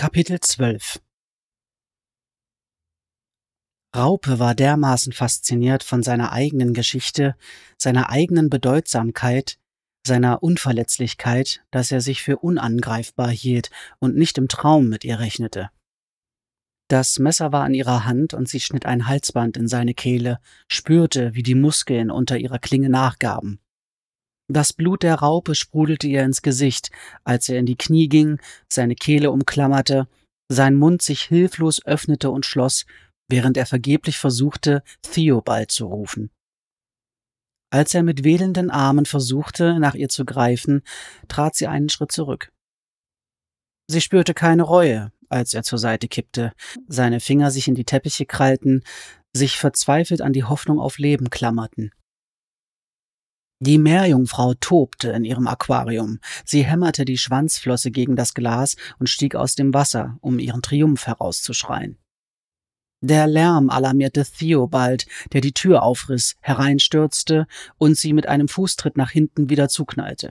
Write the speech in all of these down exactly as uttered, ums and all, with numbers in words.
Kapitel zwölf. Raupe war dermaßen fasziniert von seiner eigenen Geschichte, seiner eigenen Bedeutsamkeit, seiner Unverletzlichkeit, dass er sich für unangreifbar hielt und nicht im Traum mit ihr rechnete. Das Messer war an ihrer Hand und sie schnitt ein Halsband in seine Kehle, spürte, wie die Muskeln unter ihrer Klinge nachgaben. Das Blut der Raupe sprudelte ihr ins Gesicht, als er in die Knie ging, seine Kehle umklammerte, sein Mund sich hilflos öffnete und schloss, während er vergeblich versuchte, Theobald zu rufen. Als er mit wedelnden Armen versuchte, nach ihr zu greifen, trat sie einen Schritt zurück. Sie spürte keine Reue, als er zur Seite kippte, seine Finger sich in die Teppiche krallten, sich verzweifelt an die Hoffnung auf Leben klammerten. Die Meerjungfrau tobte in ihrem Aquarium. Sie hämmerte die Schwanzflosse gegen das Glas und stieg aus dem Wasser, um ihren Triumph herauszuschreien. Der Lärm alarmierte Theobald, der die Tür aufriss, hereinstürzte und sie mit einem Fußtritt nach hinten wieder zuknallte.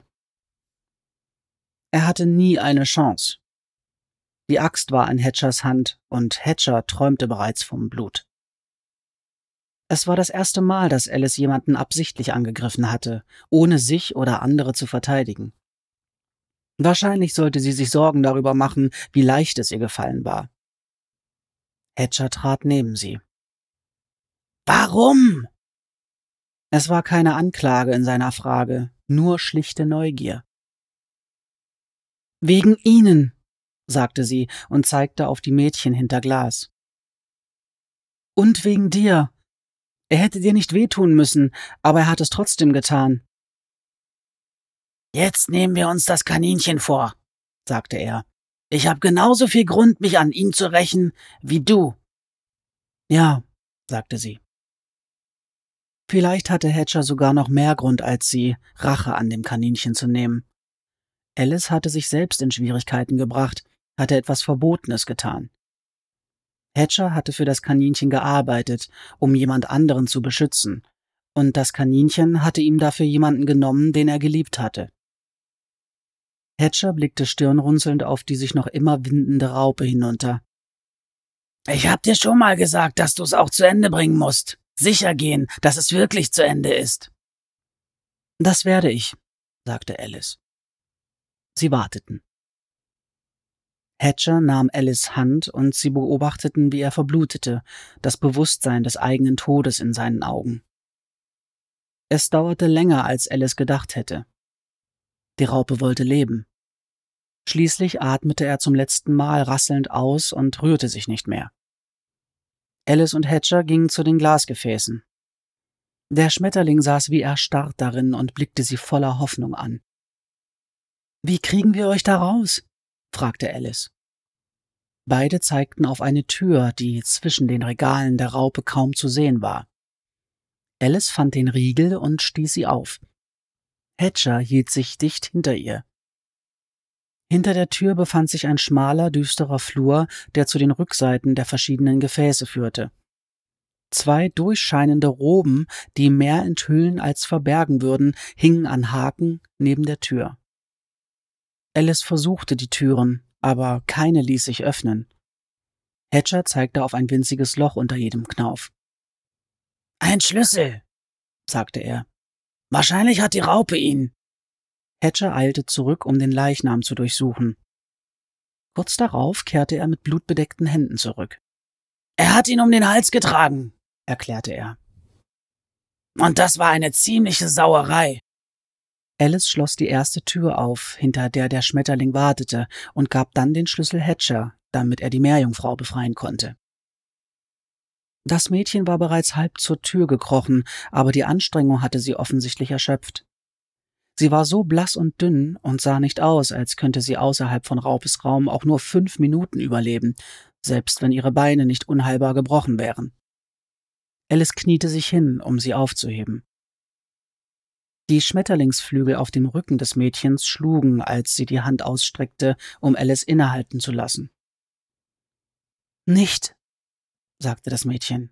Er hatte nie eine Chance. Die Axt war in Hatchers Hand und Hatcher träumte bereits vom Blut. Es war das erste Mal, dass Alice jemanden absichtlich angegriffen hatte, ohne sich oder andere zu verteidigen. Wahrscheinlich sollte sie sich Sorgen darüber machen, wie leicht es ihr gefallen war. Hatcher trat neben sie. »Warum?« Es war keine Anklage in seiner Frage, nur schlichte Neugier. »Wegen Ihnen«, sagte sie und zeigte auf die Mädchen hinter Glas. »Und wegen dir. Er hätte dir nicht wehtun müssen, aber er hat es trotzdem getan.« »Jetzt nehmen wir uns das Kaninchen vor«, sagte er. »Ich habe genauso viel Grund, mich an ihm zu rächen, wie du.« »Ja«, sagte sie. Vielleicht hatte Hatcher sogar noch mehr Grund als sie, Rache an dem Kaninchen zu nehmen. Alice hatte sich selbst in Schwierigkeiten gebracht, hatte etwas Verbotenes getan. Hatcher hatte für das Kaninchen gearbeitet, um jemand anderen zu beschützen, und das Kaninchen hatte ihm dafür jemanden genommen, den er geliebt hatte. Hatcher blickte stirnrunzelnd auf die sich noch immer windende Raupe hinunter. »Ich hab dir schon mal gesagt, dass du es auch zu Ende bringen musst. Sicher gehen, dass es wirklich zu Ende ist.« »Das werde ich«, sagte Alice. Sie warteten. Hatcher nahm Alice' Hand und sie beobachteten, wie er verblutete, das Bewusstsein des eigenen Todes in seinen Augen. Es dauerte länger, als Alice gedacht hätte. Die Raupe wollte leben. Schließlich atmete er zum letzten Mal rasselnd aus und rührte sich nicht mehr. Alice und Hatcher gingen zu den Glasgefäßen. Der Schmetterling saß wie erstarrt darin und blickte sie voller Hoffnung an. »Wie kriegen wir euch da raus?« fragte Alice. Beide zeigten auf eine Tür, die zwischen den Regalen der Raupe kaum zu sehen war. Alice fand den Riegel und stieß sie auf. Hatcher hielt sich dicht hinter ihr. Hinter der Tür befand sich ein schmaler, düsterer Flur, der zu den Rückseiten der verschiedenen Gefäße führte. Zwei durchscheinende Roben, die mehr enthüllen als verbergen würden, hingen an Haken neben der Tür. Alice versuchte die Türen, aber keine ließ sich öffnen. Hatcher zeigte auf ein winziges Loch unter jedem Knauf. »Ein Schlüssel«, sagte er. »Wahrscheinlich hat die Raupe ihn.« Hatcher eilte zurück, um den Leichnam zu durchsuchen. Kurz darauf kehrte er mit blutbedeckten Händen zurück. »Er hat ihn um den Hals getragen«, erklärte er. »Und das war eine ziemliche Sauerei.« Alice schloss die erste Tür auf, hinter der der Schmetterling wartete, und gab dann den Schlüssel Hatcher, damit er die Meerjungfrau befreien konnte. Das Mädchen war bereits halb zur Tür gekrochen, aber die Anstrengung hatte sie offensichtlich erschöpft. Sie war so blass und dünn und sah nicht aus, als könnte sie außerhalb von Raupes Raum auch nur fünf Minuten überleben, selbst wenn ihre Beine nicht unheilbar gebrochen wären. Alice kniete sich hin, um sie aufzuheben. Die Schmetterlingsflügel auf dem Rücken des Mädchens schlugen, als sie die Hand ausstreckte, um Alice innehalten zu lassen. »Nicht«, sagte das Mädchen.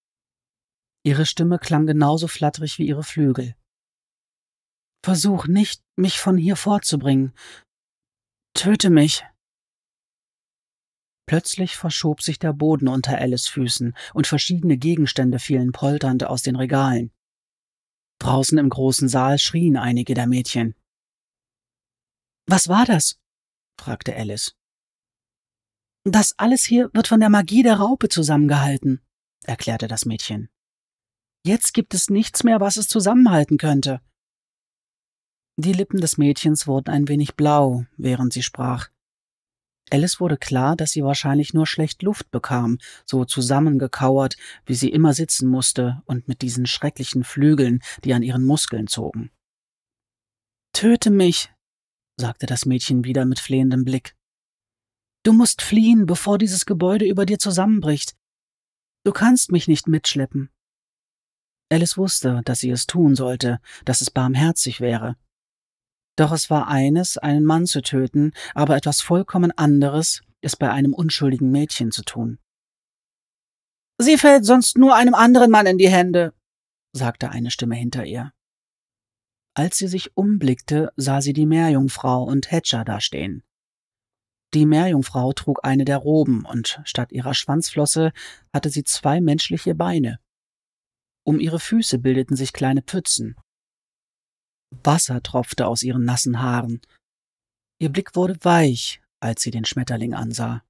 Ihre Stimme klang genauso flatterig wie ihre Flügel. »Versuch nicht, mich von hier fortzubringen. Töte mich.« Plötzlich verschob sich der Boden unter Alice Füßen und verschiedene Gegenstände fielen polternd aus den Regalen. Draußen im großen Saal schrien einige der Mädchen. »Was war das?« fragte Alice. »Das alles hier wird von der Magie der Raupe zusammengehalten«, erklärte das Mädchen. »Jetzt gibt es nichts mehr, was es zusammenhalten könnte.« Die Lippen des Mädchens wurden ein wenig blau, während sie sprach. Alice wurde klar, dass sie wahrscheinlich nur schlecht Luft bekam, so zusammengekauert, wie sie immer sitzen musste und mit diesen schrecklichen Flügeln, die an ihren Muskeln zogen. »Töte mich«, sagte das Mädchen wieder mit flehendem Blick. »Du musst fliehen, bevor dieses Gebäude über dir zusammenbricht. Du kannst mich nicht mitschleppen.« Alice wusste, dass sie es tun sollte, dass es barmherzig wäre. Doch es war eines, einen Mann zu töten, aber etwas vollkommen anderes, es bei einem unschuldigen Mädchen zu tun. »Sie fällt sonst nur einem anderen Mann in die Hände«, sagte eine Stimme hinter ihr. Als sie sich umblickte, sah sie die Meerjungfrau und Hatcher dastehen. Die Meerjungfrau trug eine der Roben und statt ihrer Schwanzflosse hatte sie zwei menschliche Beine. Um ihre Füße bildeten sich kleine Pfützen. Wasser tropfte aus ihren nassen Haaren. Ihr Blick wurde weich, als sie den Schmetterling ansah.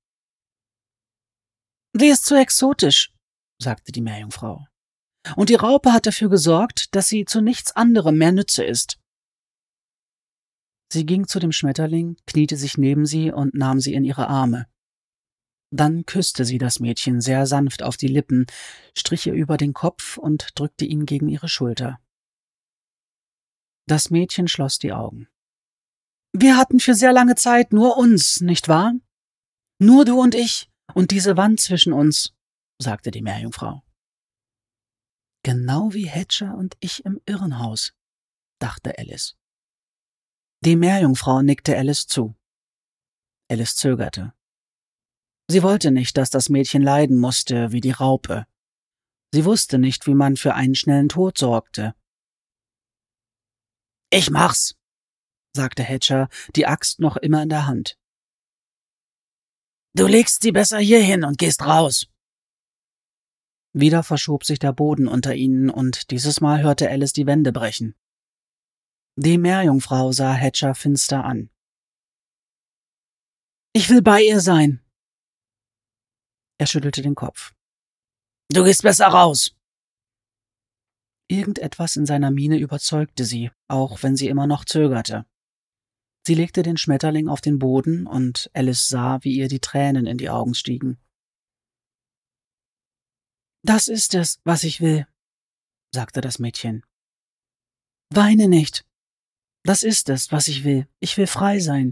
»Die ist zu exotisch«, sagte die Meerjungfrau. »Und die Raupe hat dafür gesorgt, dass sie zu nichts anderem mehr Nütze ist.« Sie ging zu dem Schmetterling, kniete sich neben sie und nahm sie in ihre Arme. Dann küsste sie das Mädchen sehr sanft auf die Lippen, strich ihr über den Kopf und drückte ihn gegen ihre Schulter. Das Mädchen schloss die Augen. »Wir hatten für sehr lange Zeit nur uns, nicht wahr? Nur du und ich und diese Wand zwischen uns«, sagte die Meerjungfrau. »Genau wie Hatcher und ich im Irrenhaus«, dachte Alice. Die Meerjungfrau nickte Alice zu. Alice zögerte. Sie wollte nicht, dass das Mädchen leiden musste wie die Raupe. Sie wusste nicht, wie man für einen schnellen Tod sorgte. »Ich mach's«, sagte Hatcher, die Axt noch immer in der Hand. »Du legst sie besser hier hin und gehst raus.« Wieder verschob sich der Boden unter ihnen, und dieses Mal hörte Alice die Wände brechen. Die Meerjungfrau sah Hatcher finster an. »Ich will bei ihr sein.« Er schüttelte den Kopf. »Du gehst besser raus.« Irgendetwas in seiner Miene überzeugte sie, auch wenn sie immer noch zögerte. Sie legte den Schmetterling auf den Boden, und Alice sah, wie ihr die Tränen in die Augen stiegen. »Das ist es, was ich will«, sagte das Mädchen. »Weine nicht. Das ist es, was ich will. Ich will frei sein.«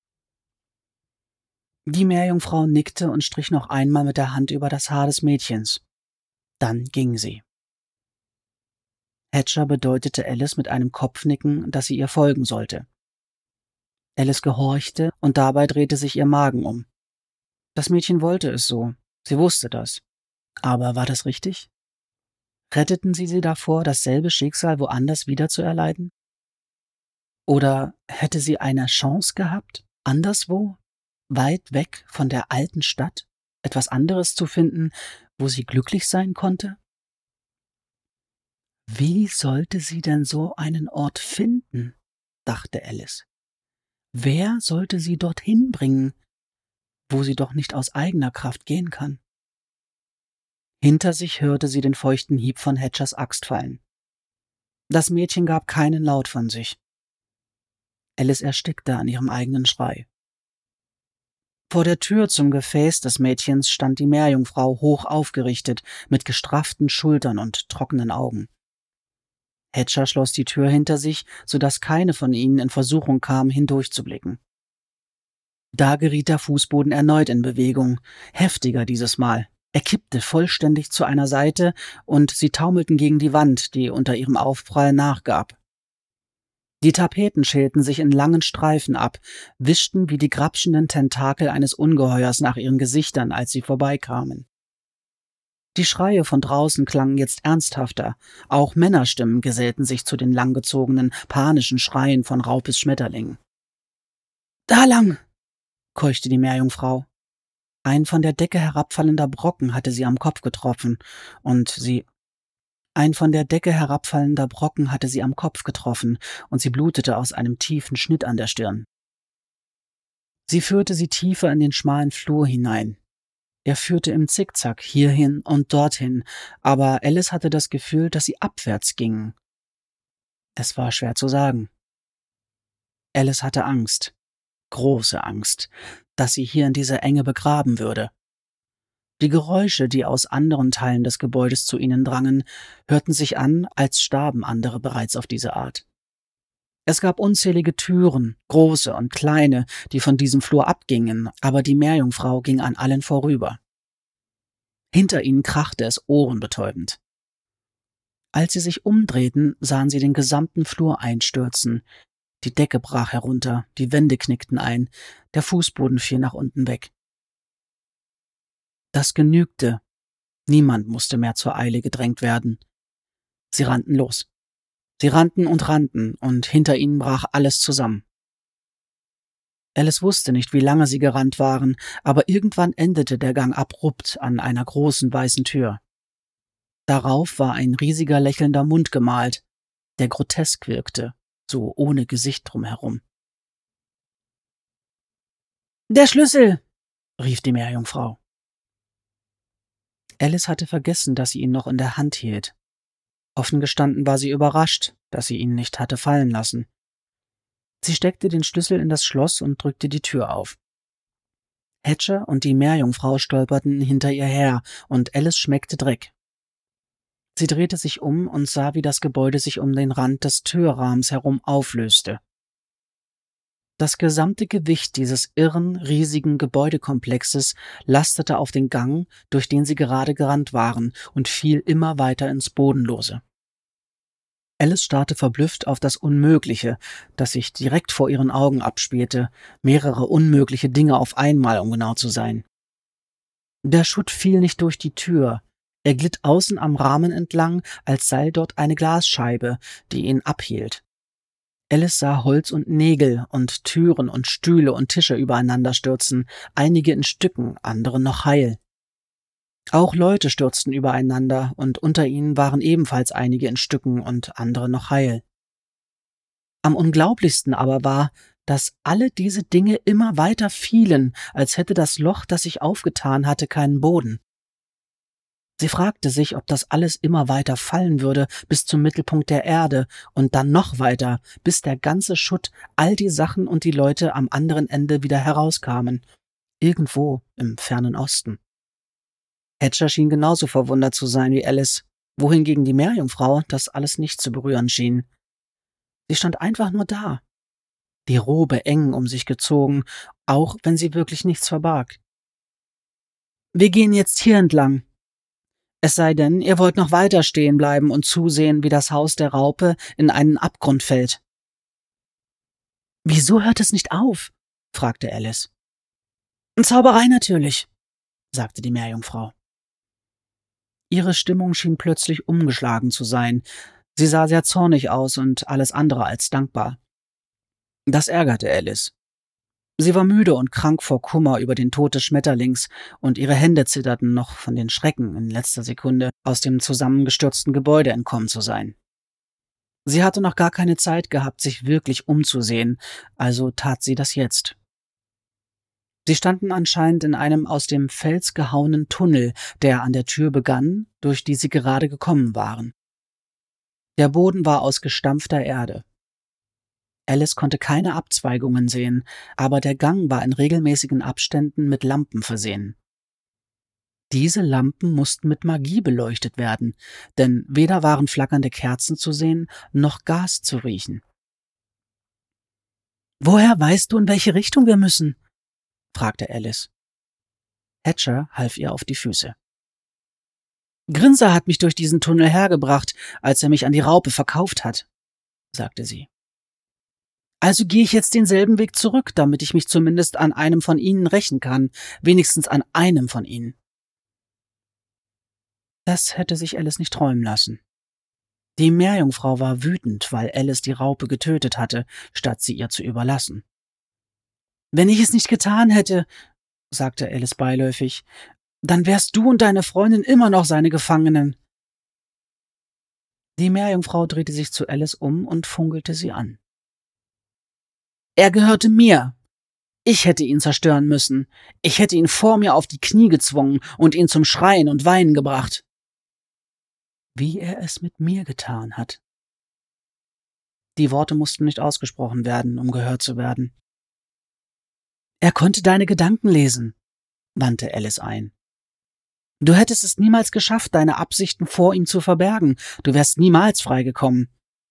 Die Meerjungfrau nickte und strich noch einmal mit der Hand über das Haar des Mädchens. Dann ging sie. Hatcher bedeutete Alice mit einem Kopfnicken, dass sie ihr folgen sollte. Alice gehorchte, und dabei drehte sich ihr Magen um. Das Mädchen wollte es so, sie wusste das. Aber war das richtig? Retteten sie sie davor, dasselbe Schicksal woanders wieder zu erleiden? Oder hätte sie eine Chance gehabt, anderswo, weit weg von der alten Stadt, etwas anderes zu finden, wo sie glücklich sein konnte? Wie sollte sie denn so einen Ort finden, dachte Alice. Wer sollte sie dorthin bringen, wo sie doch nicht aus eigener Kraft gehen kann? Hinter sich hörte sie den feuchten Hieb von Hatchers Axt fallen. Das Mädchen gab keinen Laut von sich. Alice erstickte an ihrem eigenen Schrei. Vor der Tür zum Gefäß des Mädchens stand die Meerjungfrau hoch aufgerichtet, mit gestrafften Schultern und trockenen Augen. Hatcher schloss die Tür hinter sich, so dass keine von ihnen in Versuchung kam, hindurchzublicken. Da geriet der Fußboden erneut in Bewegung, heftiger dieses Mal. Er kippte vollständig zu einer Seite, und sie taumelten gegen die Wand, die unter ihrem Aufprall nachgab. Die Tapeten schälten sich in langen Streifen ab, wischten wie die grapschenden Tentakel eines Ungeheuers nach ihren Gesichtern, als sie vorbeikamen. Die Schreie von draußen klangen jetzt ernsthafter, auch Männerstimmen gesellten sich zu den langgezogenen, panischen Schreien von Raupes Schmetterling. »Da lang«, keuchte die Meerjungfrau. Ein von der Decke herabfallender Brocken hatte sie am Kopf getroffen, und sie Ein von der Decke herabfallender Brocken hatte sie am Kopf getroffen, und sie blutete aus einem tiefen Schnitt an der Stirn. Sie führte sie tiefer in den schmalen Flur hinein. Er führte im Zickzack hierhin und dorthin, aber Alice hatte das Gefühl, dass sie abwärts gingen. Es war schwer zu sagen. Alice hatte Angst, große Angst, dass sie hier in dieser Enge begraben würde. Die Geräusche, die aus anderen Teilen des Gebäudes zu ihnen drangen, hörten sich an, als starben andere bereits auf diese Art. Es gab unzählige Türen, große und kleine, die von diesem Flur abgingen, aber die Meerjungfrau ging an allen vorüber. Hinter ihnen krachte es ohrenbetäubend. Als sie sich umdrehten, sahen sie den gesamten Flur einstürzen. Die Decke brach herunter, die Wände knickten ein, der Fußboden fiel nach unten weg. Das genügte. Niemand musste mehr zur Eile gedrängt werden. Sie rannten los. Sie rannten und rannten, und hinter ihnen brach alles zusammen. Alice wusste nicht, wie lange sie gerannt waren, aber irgendwann endete der Gang abrupt an einer großen weißen Tür. Darauf war ein riesiger lächelnder Mund gemalt, der grotesk wirkte, so ohne Gesicht drumherum. »Der Schlüssel«, rief die Meerjungfrau. Alice hatte vergessen, dass sie ihn noch in der Hand hielt. Offen gestanden war sie überrascht, dass sie ihn nicht hatte fallen lassen. Sie steckte den Schlüssel in das Schloss und drückte die Tür auf. Hatcher und die Meerjungfrau stolperten hinter ihr her, und Alice schmeckte Dreck. Sie drehte sich um und sah, wie das Gebäude sich um den Rand des Türrahmens herum auflöste. Das gesamte Gewicht dieses irren, riesigen Gebäudekomplexes lastete auf den Gang, durch den sie gerade gerannt waren, und fiel immer weiter ins Bodenlose. Alice starrte verblüfft auf das Unmögliche, das sich direkt vor ihren Augen abspielte, mehrere unmögliche Dinge auf einmal, um genau zu sein. Der Schutt fiel nicht durch die Tür, er glitt außen am Rahmen entlang, als sei dort eine Glasscheibe, die ihn abhielt. Alice sah Holz und Nägel und Türen und Stühle und Tische übereinander stürzen, einige in Stücken, andere noch heil. Auch Leute stürzten übereinander, und unter ihnen waren ebenfalls einige in Stücken und andere noch heil. Am unglaublichsten aber war, dass alle diese Dinge immer weiter fielen, als hätte das Loch, das sich aufgetan hatte, keinen Boden. Sie fragte sich, ob das alles immer weiter fallen würde bis zum Mittelpunkt der Erde und dann noch weiter, bis der ganze Schutt, all die Sachen und die Leute am anderen Ende wieder herauskamen, irgendwo im fernen Osten. Hatcher schien genauso verwundert zu sein wie Alice, wohingegen die Meerjungfrau das alles nicht zu berühren schien. Sie stand einfach nur da, die Robe eng um sich gezogen, auch wenn sie wirklich nichts verbarg. »Wir gehen jetzt hier entlang. Es sei denn, ihr wollt noch weiter stehen bleiben und zusehen, wie das Haus der Raupe in einen Abgrund fällt.« »Wieso hört es nicht auf?« fragte Alice. »Zauberei natürlich«, sagte die Meerjungfrau. Ihre Stimmung schien plötzlich umgeschlagen zu sein. Sie sah sehr zornig aus und alles andere als dankbar. Das ärgerte Alice. Sie war müde und krank vor Kummer über den Tod des Schmetterlings, und ihre Hände zitterten noch von den Schrecken, in letzter Sekunde aus dem zusammengestürzten Gebäude entkommen zu sein. Sie hatte noch gar keine Zeit gehabt, sich wirklich umzusehen, also tat sie das jetzt. Sie standen anscheinend in einem aus dem Fels gehauenen Tunnel, der an der Tür begann, durch die sie gerade gekommen waren. Der Boden war aus gestampfter Erde. Alice konnte keine Abzweigungen sehen, aber der Gang war in regelmäßigen Abständen mit Lampen versehen. Diese Lampen mussten mit Magie beleuchtet werden, denn weder waren flackernde Kerzen zu sehen, noch Gas zu riechen. »Woher weißt du, in welche Richtung wir müssen?« fragte Alice. Hatcher half ihr auf die Füße. »Grinser hat mich durch diesen Tunnel hergebracht, als er mich an die Raupe verkauft hat«, sagte sie. »Also gehe ich jetzt denselben Weg zurück, damit ich mich zumindest an einem von ihnen rächen kann, wenigstens an einem von ihnen.« Das hätte sich Alice nicht träumen lassen. Die Meerjungfrau war wütend, weil Alice die Raupe getötet hatte, statt sie ihr zu überlassen. »Wenn ich es nicht getan hätte«, sagte Alice beiläufig. »Dann wärst du und deine Freundin immer noch seine Gefangenen.« Die Meerjungfrau drehte sich zu Alice um und funkelte sie an. »Er gehörte mir. Ich hätte ihn zerstören müssen. Ich hätte ihn vor mir auf die Knie gezwungen und ihn zum Schreien und Weinen gebracht.« »Wie er es mit mir getan hat.« Die Worte mussten nicht ausgesprochen werden, um gehört zu werden. »Er konnte deine Gedanken lesen«, wandte Alice ein. »Du hättest es niemals geschafft, deine Absichten vor ihm zu verbergen. Du wärst niemals freigekommen.«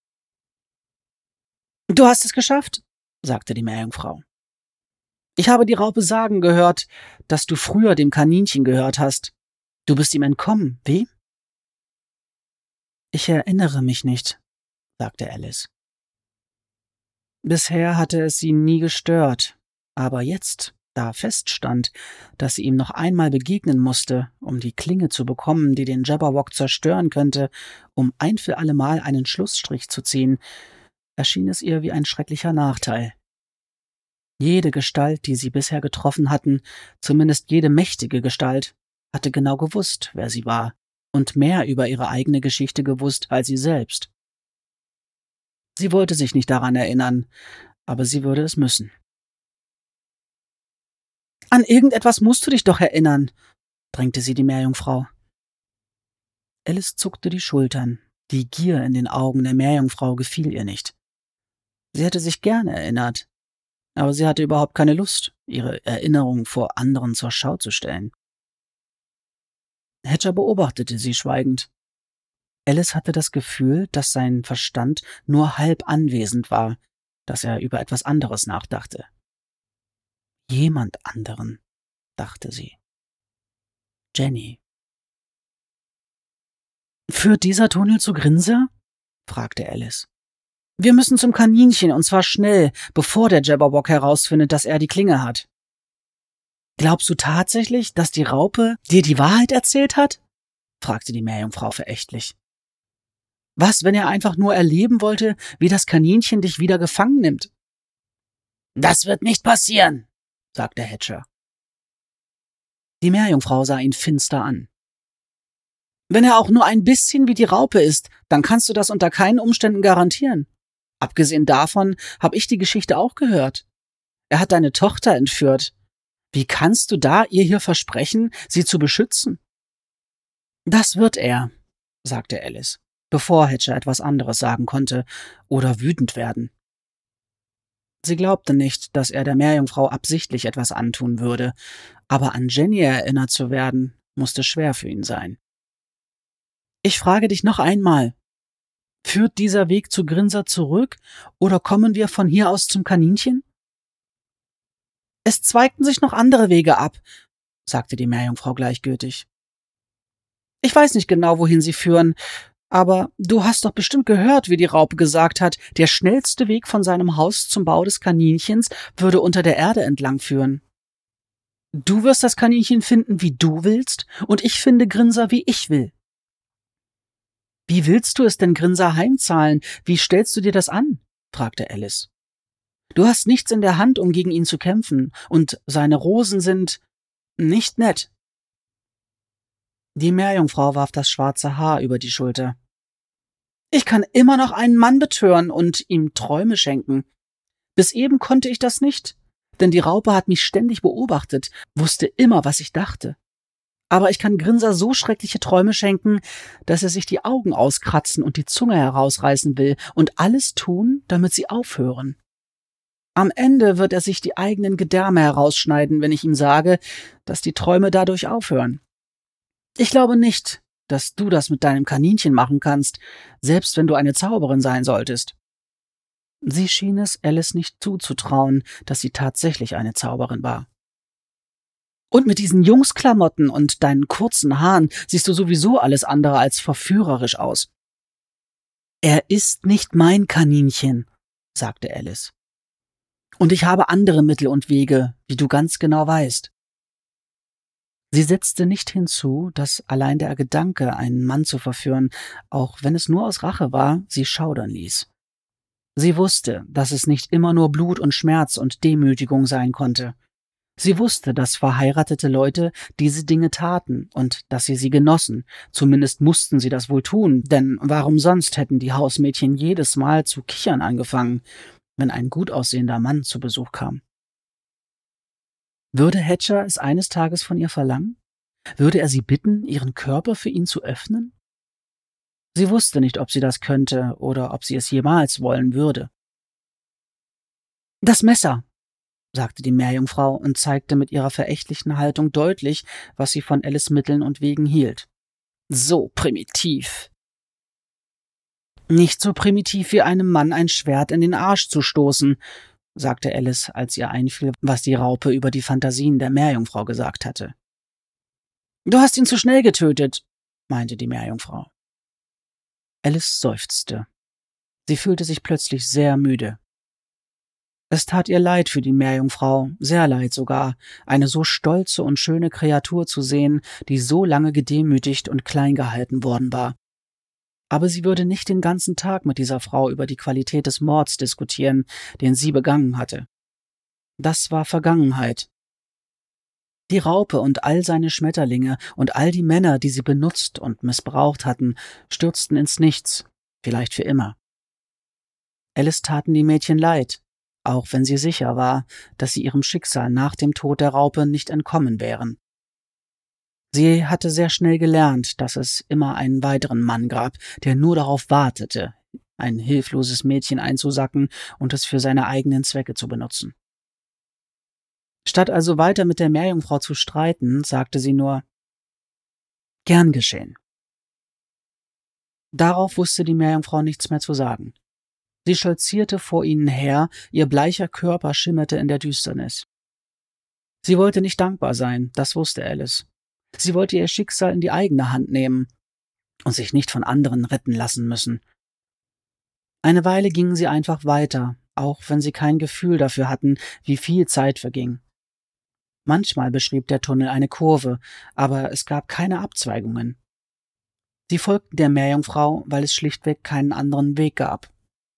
»Du hast es geschafft«, sagte die Meerjungfrau. »Ich habe die Raupe sagen gehört, dass du früher dem Kaninchen gehört hast. Du bist ihm entkommen, wie?« »Ich erinnere mich nicht«, sagte Alice. Bisher hatte es sie nie gestört, aber jetzt, da feststand, dass sie ihm noch einmal begegnen musste, um die Klinge zu bekommen, die den Jabberwock zerstören könnte, um ein für allemal einen Schlussstrich zu ziehen, erschien es ihr wie ein schrecklicher Nachteil. Jede Gestalt, die sie bisher getroffen hatten, zumindest jede mächtige Gestalt, hatte genau gewusst, wer sie war, und mehr über ihre eigene Geschichte gewusst als sie selbst. Sie wollte sich nicht daran erinnern, aber sie würde es müssen. »An irgendetwas musst du dich doch erinnern«, drängte sie die Meerjungfrau. Alice zuckte die Schultern. Die Gier in den Augen der Meerjungfrau gefiel ihr nicht. Sie hätte sich gerne erinnert, aber sie hatte überhaupt keine Lust, ihre Erinnerung vor anderen zur Schau zu stellen. Hatcher beobachtete sie schweigend. Alice hatte das Gefühl, dass sein Verstand nur halb anwesend war, dass er über etwas anderes nachdachte. Jemand anderen, dachte sie. Jenny. »Führt dieser Tunnel zu Grinser?« fragte Alice. »Wir müssen zum Kaninchen, und zwar schnell, bevor der Jabberwock herausfindet, dass er die Klinge hat.« »Glaubst du tatsächlich, dass die Raupe dir die Wahrheit erzählt hat?« fragte die Meerjungfrau verächtlich. »Was, wenn er einfach nur erleben wollte, wie das Kaninchen dich wieder gefangen nimmt?« »Das wird nicht passieren«, sagte Hatcher. Die Meerjungfrau sah ihn finster an. »Wenn er auch nur ein bisschen wie die Raupe ist, dann kannst du das unter keinen Umständen garantieren. Abgesehen davon habe ich die Geschichte auch gehört. Er hat deine Tochter entführt. Wie kannst du da ihr hier versprechen, sie zu beschützen?« »Das wird er«, sagte Alice, bevor Hatcher etwas anderes sagen konnte oder wütend werden. Sie glaubte nicht, dass er der Meerjungfrau absichtlich etwas antun würde, aber an Jenny erinnert zu werden, musste schwer für ihn sein. »Ich frage dich noch einmal, führt dieser Weg zu Grinser zurück, oder kommen wir von hier aus zum Kaninchen?« »Es zweigten sich noch andere Wege ab«, sagte die Meerjungfrau gleichgültig. »Ich weiß nicht genau, wohin sie führen, aber du hast doch bestimmt gehört, wie die Raupe gesagt hat, der schnellste Weg von seinem Haus zum Bau des Kaninchens würde unter der Erde entlang führen. Du wirst das Kaninchen finden, wie du willst, und ich finde Grinser, wie ich will.« »Wie willst du es denn Grinser heimzahlen? Wie stellst du dir das an?« fragte Alice. »Du hast nichts in der Hand, um gegen ihn zu kämpfen, und seine Rosen sind nicht nett.« Die Meerjungfrau warf das schwarze Haar über die Schulter. »Ich kann immer noch einen Mann betören und ihm Träume schenken. Bis eben konnte ich das nicht, denn die Raupe hat mich ständig beobachtet, wusste immer, was ich dachte. Aber ich kann Grinser so schreckliche Träume schenken, dass er sich die Augen auskratzen und die Zunge herausreißen will und alles tun, damit sie aufhören. Am Ende wird er sich die eigenen Gedärme herausschneiden, wenn ich ihm sage, dass die Träume dadurch aufhören. Ich glaube nicht, dass du das mit deinem Kaninchen machen kannst, selbst wenn du eine Zauberin sein solltest.« Sie schien es Alice nicht zuzutrauen, dass sie tatsächlich eine Zauberin war. »Und mit diesen Jungsklamotten und deinen kurzen Haaren siehst du sowieso alles andere als verführerisch aus.« »Er ist nicht mein Kaninchen«, sagte Alice. »Und ich habe andere Mittel und Wege, wie du ganz genau weißt.« Sie setzte nicht hinzu, dass allein der Gedanke, einen Mann zu verführen, auch wenn es nur aus Rache war, sie schaudern ließ. Sie wusste, dass es nicht immer nur Blut und Schmerz und Demütigung sein konnte. Sie wusste, dass verheiratete Leute diese Dinge taten und dass sie sie genossen. Zumindest mussten sie das wohl tun, denn warum sonst hätten die Hausmädchen jedes Mal zu kichern angefangen, wenn ein gut aussehender Mann zu Besuch kam? Würde Hatcher es eines Tages von ihr verlangen? Würde er sie bitten, ihren Körper für ihn zu öffnen? Sie wusste nicht, ob sie das könnte oder ob sie es jemals wollen würde. »Das Messer«, sagte die Meerjungfrau und zeigte mit ihrer verächtlichen Haltung deutlich, was sie von Alice Mitteln und Wegen hielt. »So primitiv.« »Nicht so primitiv wie einem Mann ein Schwert in den Arsch zu stoßen«, sagte Alice, als ihr einfiel, was die Raupe über die Fantasien der Meerjungfrau gesagt hatte. »Du hast ihn zu schnell getötet«, meinte die Meerjungfrau. Alice seufzte. Sie fühlte sich plötzlich sehr müde. Es tat ihr leid für die Meerjungfrau, sehr leid sogar, eine so stolze und schöne Kreatur zu sehen, die so lange gedemütigt und klein gehalten worden war. Aber sie würde nicht den ganzen Tag mit dieser Frau über die Qualität des Mords diskutieren, den sie begangen hatte. Das war Vergangenheit. Die Raupe und all seine Schmetterlinge und all die Männer, die sie benutzt und missbraucht hatten, stürzten ins Nichts, vielleicht für immer. Alice taten die Mädchen leid, auch wenn sie sicher war, dass sie ihrem Schicksal nach dem Tod der Raupe nicht entkommen wären. Sie hatte sehr schnell gelernt, dass es immer einen weiteren Mann gab, der nur darauf wartete, ein hilfloses Mädchen einzusacken und es für seine eigenen Zwecke zu benutzen. Statt also weiter mit der Meerjungfrau zu streiten, sagte sie nur: »Gern geschehen.« Darauf wusste die Meerjungfrau nichts mehr zu sagen. Sie stolzierte vor ihnen her, ihr bleicher Körper schimmerte in der Düsternis. Sie wollte nicht dankbar sein, das wusste Alice. Sie wollte ihr Schicksal in die eigene Hand nehmen und sich nicht von anderen retten lassen müssen. Eine Weile gingen sie einfach weiter, auch wenn sie kein Gefühl dafür hatten, wie viel Zeit verging. Manchmal beschrieb der Tunnel eine Kurve, aber es gab keine Abzweigungen. Sie folgten der Meerjungfrau, weil es schlichtweg keinen anderen Weg gab.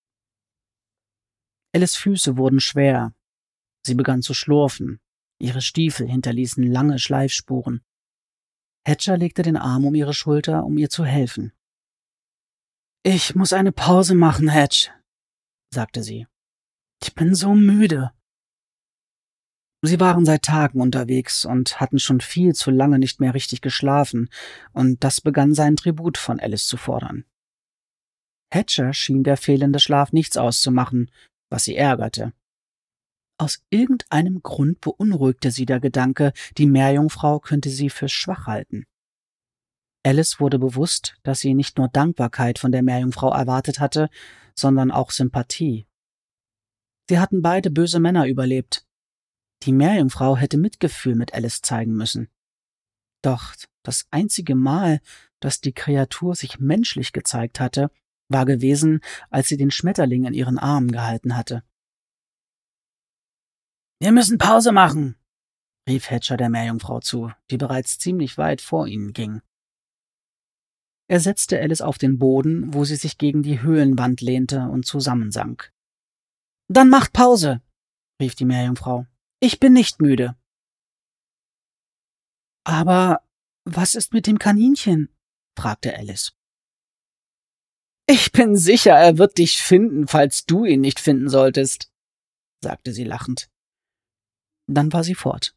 Alice' Füße wurden schwer. Sie begann zu schlurfen. Ihre Stiefel hinterließen lange Schleifspuren. Hatcher legte den Arm um ihre Schulter, um ihr zu helfen. »Ich muss eine Pause machen, Hatch«, sagte sie. »Ich bin so müde.« Sie waren seit Tagen unterwegs und hatten schon viel zu lange nicht mehr richtig geschlafen, und das begann seinen Tribut von Alice zu fordern. Hatcher schien der fehlende Schlaf nichts auszumachen, was sie ärgerte. Aus irgendeinem Grund beunruhigte sie der Gedanke, die Meerjungfrau könnte sie für schwach halten. Alice wurde bewusst, dass sie nicht nur Dankbarkeit von der Meerjungfrau erwartet hatte, sondern auch Sympathie. Sie hatten beide böse Männer überlebt. Die Meerjungfrau hätte Mitgefühl mit Alice zeigen müssen. Doch das einzige Mal, dass die Kreatur sich menschlich gezeigt hatte, war gewesen, als sie den Schmetterling in ihren Armen gehalten hatte. »Wir müssen Pause machen«, rief Hatcher der Meerjungfrau zu, die bereits ziemlich weit vor ihnen ging. Er setzte Alice auf den Boden, wo sie sich gegen die Höhlenwand lehnte und zusammensank. »Dann macht Pause«, rief die Meerjungfrau. »Ich bin nicht müde.« »Aber was ist mit dem Kaninchen?« fragte Alice. »Ich bin sicher, er wird dich finden, falls du ihn nicht finden solltest«, sagte sie lachend. Dann war sie fort.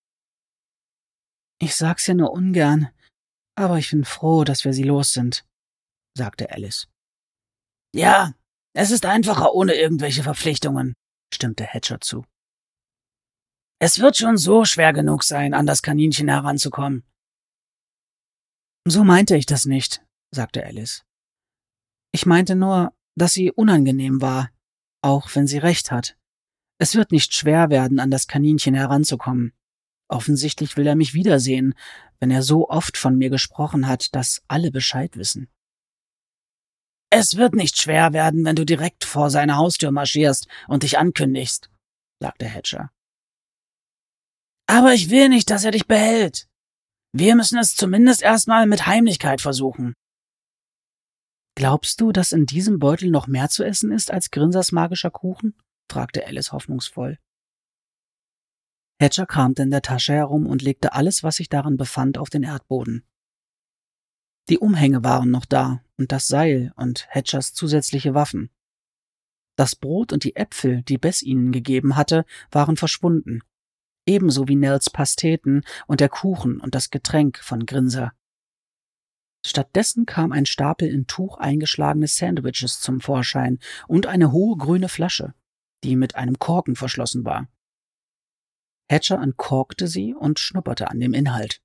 »Ich sag's ja nur ungern, aber ich bin froh, dass wir sie los sind«, sagte Alice. »Ja, es ist einfacher ohne irgendwelche Verpflichtungen«, stimmte Hatcher zu. »Es wird schon so schwer genug sein, an das Kaninchen heranzukommen.« »So meinte ich das nicht«, sagte Alice. »Ich meinte nur, dass sie unangenehm war, auch wenn sie recht hat. Es wird nicht schwer werden, an das Kaninchen heranzukommen. Offensichtlich will er mich wiedersehen, wenn er so oft von mir gesprochen hat, dass alle Bescheid wissen.« »Es wird nicht schwer werden, wenn du direkt vor seine Haustür marschierst und dich ankündigst«, sagte Hatcher. »Aber ich will nicht, dass er dich behält. Wir müssen es zumindest erstmal mit Heimlichkeit versuchen.« »Glaubst du, dass in diesem Beutel noch mehr zu essen ist als Grinsers magischer Kuchen?« fragte Alice hoffnungsvoll. Hatcher kramte in der Tasche herum und legte alles, was sich darin befand, auf den Erdboden. Die Umhänge waren noch da und das Seil und Hatchers zusätzliche Waffen. Das Brot und die Äpfel, die Bess ihnen gegeben hatte, waren verschwunden, ebenso wie Nels Pasteten und der Kuchen und das Getränk von Grinser. Stattdessen kam ein Stapel in Tuch eingeschlagene Sandwiches zum Vorschein und eine hohe grüne Flasche, die mit einem Korken verschlossen war. Hatcher entkorkte sie und schnupperte an dem Inhalt.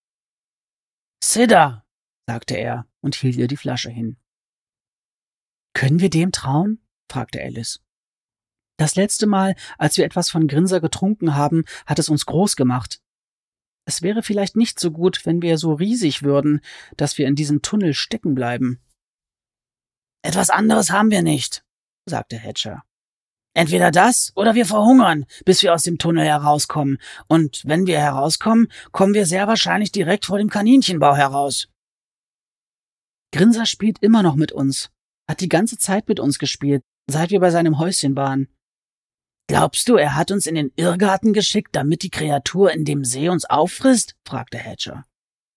»Cider«, sagte er und hielt ihr die Flasche hin. »Können wir dem trauen?« fragte Alice. »Das letzte Mal, als wir etwas von Grinser getrunken haben, hat es uns groß gemacht. Es wäre vielleicht nicht so gut, wenn wir so riesig würden, dass wir in diesem Tunnel stecken bleiben.« »Etwas anderes haben wir nicht«, sagte Hatcher. »Entweder das oder wir verhungern, bis wir aus dem Tunnel herauskommen. Und wenn wir herauskommen, kommen wir sehr wahrscheinlich direkt vor dem Kaninchenbau heraus.« »Grinser spielt immer noch mit uns, hat die ganze Zeit mit uns gespielt, seit wir bei seinem Häuschen waren. Glaubst du, er hat uns in den Irrgarten geschickt, damit die Kreatur in dem See uns auffrisst?« fragte Hatcher.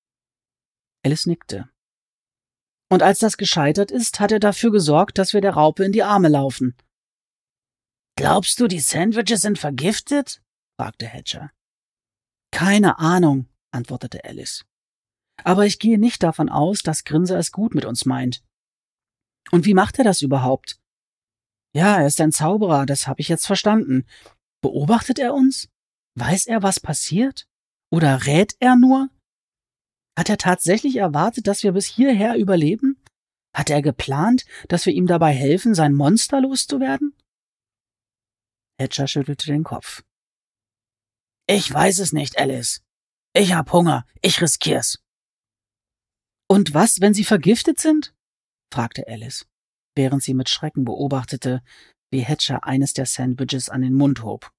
Alice nickte. »Und als das gescheitert ist, hat er dafür gesorgt, dass wir der Raupe in die Arme laufen.« »Glaubst du, die Sandwiches sind vergiftet?« fragte Hatcher. »Keine Ahnung«, antwortete Alice. »Aber ich gehe nicht davon aus, dass Grinser es gut mit uns meint. Und wie macht er das überhaupt? Ja, er ist ein Zauberer, das habe ich jetzt verstanden. Beobachtet er uns? Weiß er, was passiert? Oder rät er nur? Hat er tatsächlich erwartet, dass wir bis hierher überleben? Hat er geplant, dass wir ihm dabei helfen, sein Monster loszuwerden?« Hatcher schüttelte den Kopf. »Ich weiß es nicht, Alice. Ich hab Hunger, ich riskier's.« »Und was, wenn sie vergiftet sind?« fragte Alice, während sie mit Schrecken beobachtete, wie Hatcher eines der Sandwiches an den Mund hob.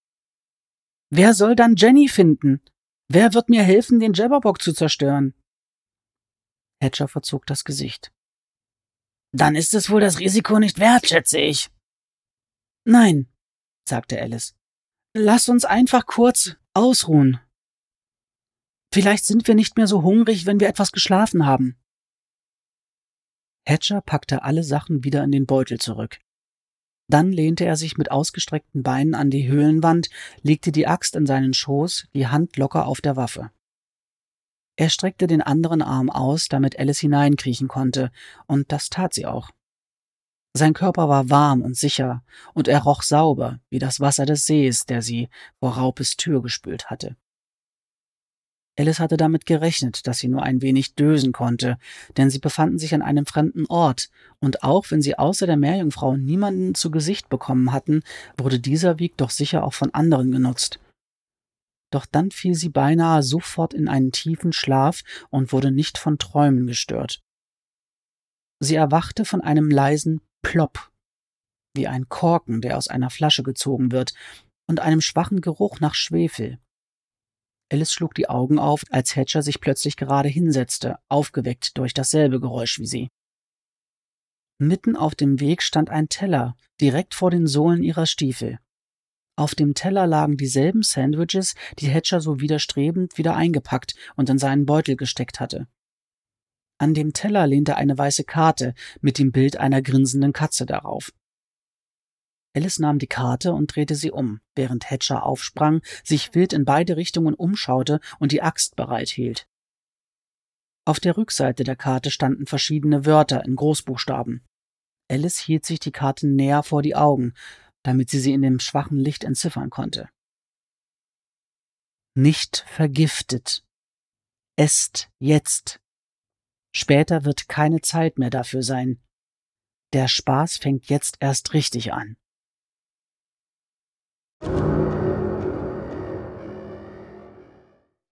»Wer soll dann Jenny finden? Wer wird mir helfen, den Jabberwock zu zerstören?« Hatcher verzog das Gesicht. »Dann ist es wohl das Risiko nicht wert, schätze ich.« »Nein«, sagte Alice. »Lass uns einfach kurz ausruhen. Vielleicht sind wir nicht mehr so hungrig, wenn wir etwas geschlafen haben.« Hatcher packte alle Sachen wieder in den Beutel zurück. Dann lehnte er sich mit ausgestreckten Beinen an die Höhlenwand, legte die Axt in seinen Schoß, die Hand locker auf der Waffe. Er streckte den anderen Arm aus, damit Alice hineinkriechen konnte, und das tat sie auch. Sein Körper war warm und sicher, und er roch sauber, wie das Wasser des Sees, der sie vor Raupes Tür gespült hatte. Alice hatte damit gerechnet, dass sie nur ein wenig dösen konnte, denn sie befanden sich an einem fremden Ort, und auch wenn sie außer der Meerjungfrau niemanden zu Gesicht bekommen hatten, wurde dieser Weg doch sicher auch von anderen genutzt. Doch dann fiel sie beinahe sofort in einen tiefen Schlaf und wurde nicht von Träumen gestört. Sie erwachte von einem leisen Plopp, wie ein Korken, der aus einer Flasche gezogen wird, und einem schwachen Geruch nach Schwefel. Alice schlug die Augen auf, als Hatcher sich plötzlich gerade hinsetzte, aufgeweckt durch dasselbe Geräusch wie sie. Mitten auf dem Weg stand ein Teller, direkt vor den Sohlen ihrer Stiefel. Auf dem Teller lagen dieselben Sandwiches, die Hatcher so widerstrebend wieder eingepackt und in seinen Beutel gesteckt hatte. An dem Teller lehnte eine weiße Karte mit dem Bild einer grinsenden Katze darauf. Alice nahm die Karte und drehte sie um, während Hatcher aufsprang, sich wild in beide Richtungen umschaute und die Axt bereithielt. Auf der Rückseite der Karte standen verschiedene Wörter in Großbuchstaben. Alice hielt sich die Karte näher vor die Augen, damit sie sie in dem schwachen Licht entziffern konnte. Nicht vergiftet. Esst jetzt. Später wird keine Zeit mehr dafür sein. Der Spaß fängt jetzt erst richtig an.